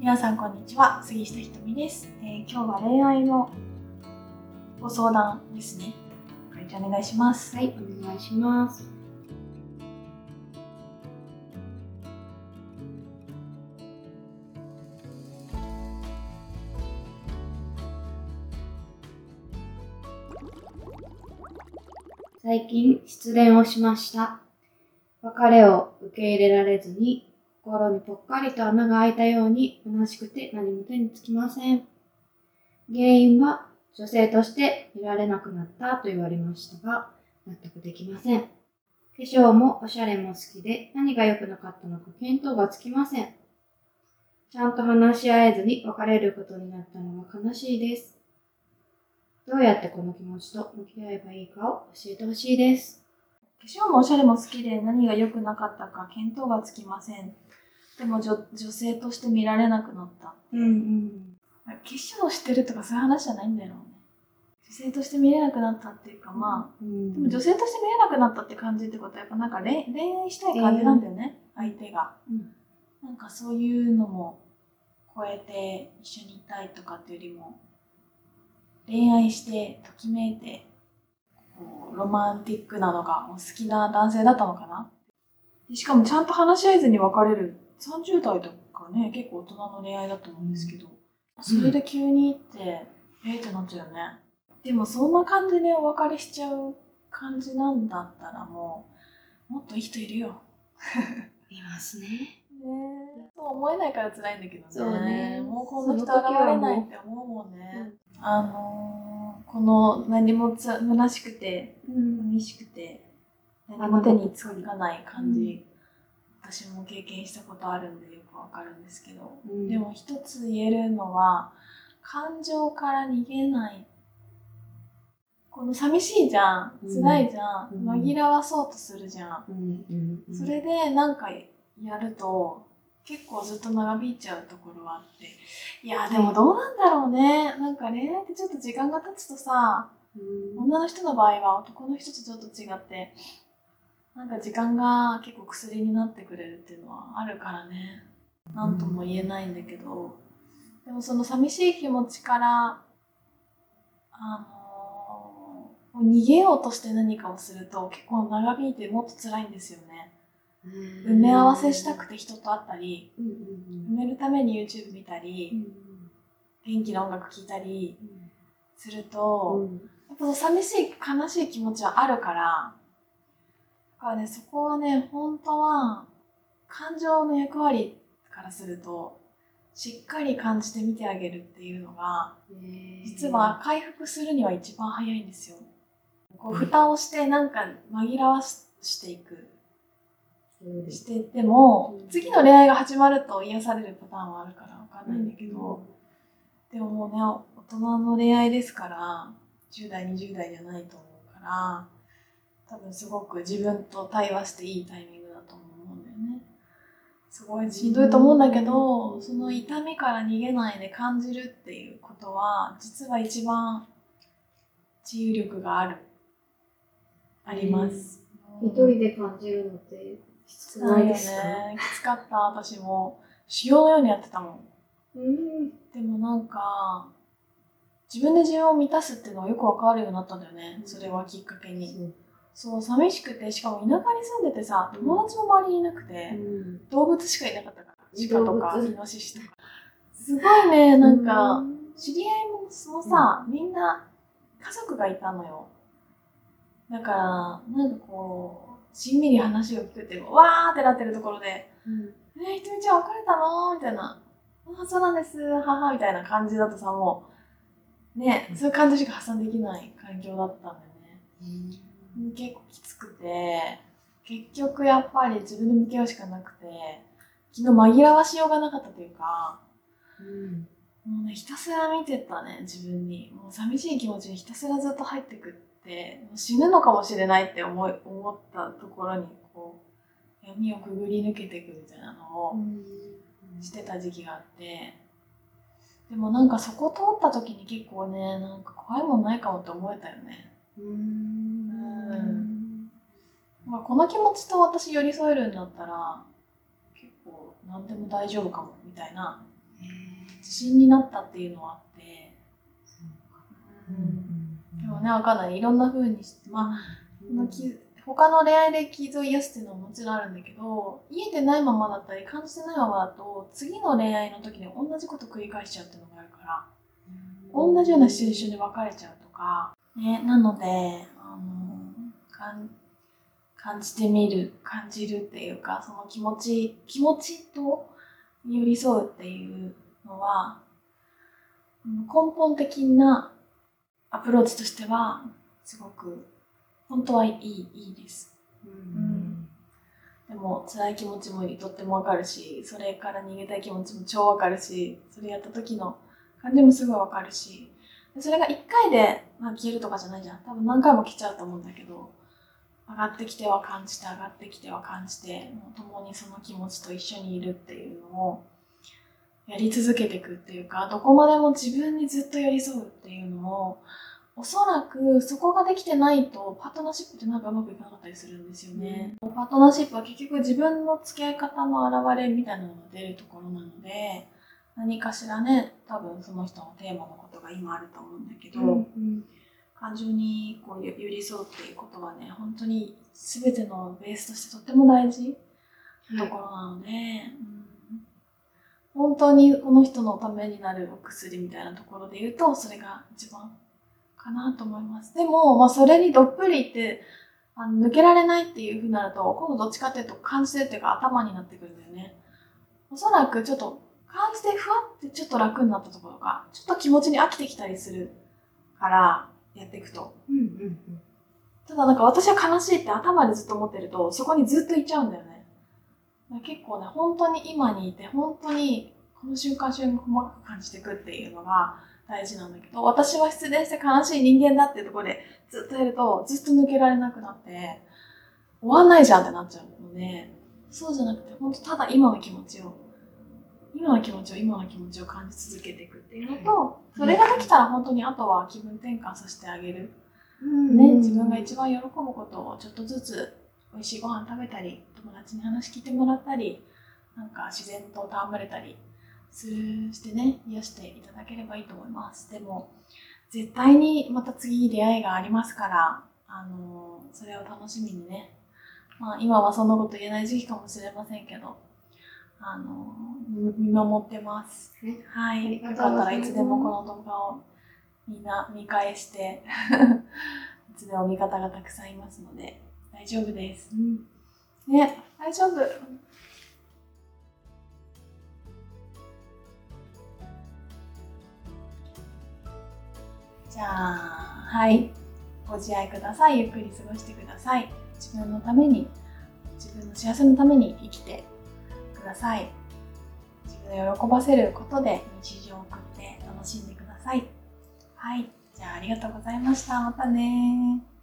皆さんこんにちは、杉下ひとみです。今日は恋愛のご相談ですね。じゃあお願いします。 はい、お願いします。最近失恋をしました。別れを受け入れられずに心にぽっかりと穴が開いたように虚しくて何も手につきません。原因は女性として見られなくなったと言われましたが、納得できません。化粧もおしゃれも好きで何が良くなかったのか見当がつきません。ちゃんと話し合えずに別れることになったのは悲しいです。どうやってこの気持ちと向き合えばいいかを教えてほしいです。 化粧もおしゃれも好きで何が良くなかったか見当がつきません。でも女性として見られなくなった。化粧をしてるとかそういう話じゃないんだよね。女性として見れなくなったっていうか、でも女性として見れなくなったって感じってことはやっぱなんか恋愛したい感じなんだよね、相手が。なんかそういうのも超えて一緒にいたいとかっていうよりも、恋愛してときめいてこうロマンティックなのが好きな男性だったのかな。しかもちゃんと話し合えずに別れる30代とかね、結構大人の恋愛だと思うんですけど、それで急にってってなっちゃうよね。でもそんな感じでお別れしちゃう感じなんだったらもっといい人いるよ。 いますね。 そう思えないから辛いんだけどね。 そうね。 もうこの人現れないって思うもんね。この何も虚しくて、寂しくて、何も手につかない感じ、私も経験したことあるんでよくわかるんですけど、でも一つ言えるのは、感情から逃げない。この寂しいじゃん、辛いじゃん、紛らわそうとするじゃん。それでなんかやると、結構ずっと長引いちゃうところはあって。いやでもどうなんだろうね。なんか恋愛ってちょっと時間が経つとさ、女の人の場合は男の人とちょっと違って、なんか時間が結構薬になってくれるっていうのはあるからね。なんとも言えないんだけど、でもその寂しい気持ちから、逃げようとして何かをすると結構長引いてもっと辛いんですよね。埋め合わせしたくて人と会ったり、埋めるために YouTube 見たり、元気な音楽聴いたりすると、やっぱ寂しい悲しい気持ちはあるから、だからね、そこはね、本当は感情の役割からするとしっかり感じてみてあげるっていうのが、実は回復するには一番早いんですよ。こう蓋をしてなんか紛らわしていく。してても、次の恋愛が始まると癒されるパターンはあるからわかんないんだけど、でももうね、大人の恋愛ですから、10代、20代じゃないと思うから、多分すごく自分と対話していいタイミングだと思うんだよね。すごいしんどいと思うんだけど、その痛みから逃げないで感じるっていうことは、実は一番治癒力があります。 一人で感じるのってきつくないですか？ きつかった。私も修行のようにやってたもん。でもなんか自分で自分を満たすっていうのがよくわかるようになったんだよね。それはきっかけに。そう寂しくて、しかも田舎に住んでてさ、友達も周りにいなくて、動物しかいなかったから、鹿とかイノシシとか。すごいね、なんか知り合いもさ、みんな家族がいたのよ。だからなんかこうしんみり話を聞くってわーってなってるところで、ひとみちゃん別れたのみたいな、そうなんです、母みたいな感じだとさ、もうね、そういう感じしか発散できない環境だったんだよね。結構きつくて、結局やっぱり自分で向き合うしかなくて、昨日紛らわしようがなかったというか、もうね、ひたすら見てたね、自分に。もう寂しい気持ちにひたすらずっと入ってくって、もう死ぬのかもしれないって思ったところに、こう、闇をくぐり抜けていくみたいなのをしてた時期があって、でもなんかそこ通った時に結構ね、なんか怖いもんないかもって思えたよね。まあ、この気持ちと私寄り添えるんだったら、結構何でも大丈夫かもみたいな自信になったっていうのはあって、でもね、わかんない。いろんな風にして、他の恋愛で傷を癒すっていうのはもちろんあるんだけど、癒えてないままだったり、感じてないままだと、次の恋愛の時に同じこと繰り返しちゃうっていうのがあるから、同じようなシチュエーションで別れちゃうとか、ね、なので、感じてみる、感じるっていうか、その気持ちと寄り添うっていうのは、根本的なアプローチとしては、すごく、本当はいいです。でも、辛い気持ちもとってもわかるし、それから逃げたい気持ちも超わかるし、それやった時の感じもすごいわかるし、それが一回で、消えるとかじゃないじゃん。多分何回も来ちゃうと思うんだけど、上がってきては感じて、上がってきては感じて、もう共にその気持ちと一緒にいるっていうのをやり続けていくっていうか、どこまでも自分にずっと寄り添うっていうのを、おそらくそこができてないとパートナーシップってなんかうまくいかなかったりするんですよね。パートナーシップは結局自分の付き合い方の表れみたいなのが出るところなので、何かしらね、多分その人のテーマのことが今あると思うんだけど、感情にこう寄り添うっていうことはね、本当に全てのベースとしてとっても大事なところなので、本当にこの人のためになるお薬みたいなところで言うと、それが一番かなと思います。でも、それにどっぷりって抜けられないっていう風になると、今度どっちかっていうと感じてるっていうか頭になってくるんだよね。おそらくちょっと感じてふわってちょっと楽になったところが、ちょっと気持ちに飽きてきたりするから、やっていくと。ただ私は悲しいって頭でずっと思ってると、そこにずっといっちゃうんだよね。結構ね、本当に今にいて、本当にこの瞬間細かく感じていくっていうのが大事なんだけど、私は失恋して悲しい人間だっていうところでずっとやると、ずっと抜けられなくなって、終わんないじゃんってなっちゃうので、そうじゃなくて、本当ただ今の気持ちを感じ続けていくっていうのと、それができたら本当にあとは気分転換させてあげる。自分が一番喜ぶことをちょっとずつ美味しいご飯食べたり、友達に話聞いてもらったり、自然と戯れたりしてね、癒していただければいいと思います。でも、絶対にまた次出会いがありますから、それを楽しみにね、今はそんなこと言えない時期かもしれませんけど、見守ってます。はい。よかったらいつでもこの動画をみんな見返していつでも味方がたくさんいますので大丈夫です。ね、大丈夫。じゃあ、はい。ご自愛ください。ゆっくり過ごしてください。自分のために、自分の幸せのために生きてください。自分を喜ばせることで日常を送って楽しんでください。はい。じゃあ、ありがとうございました。またね。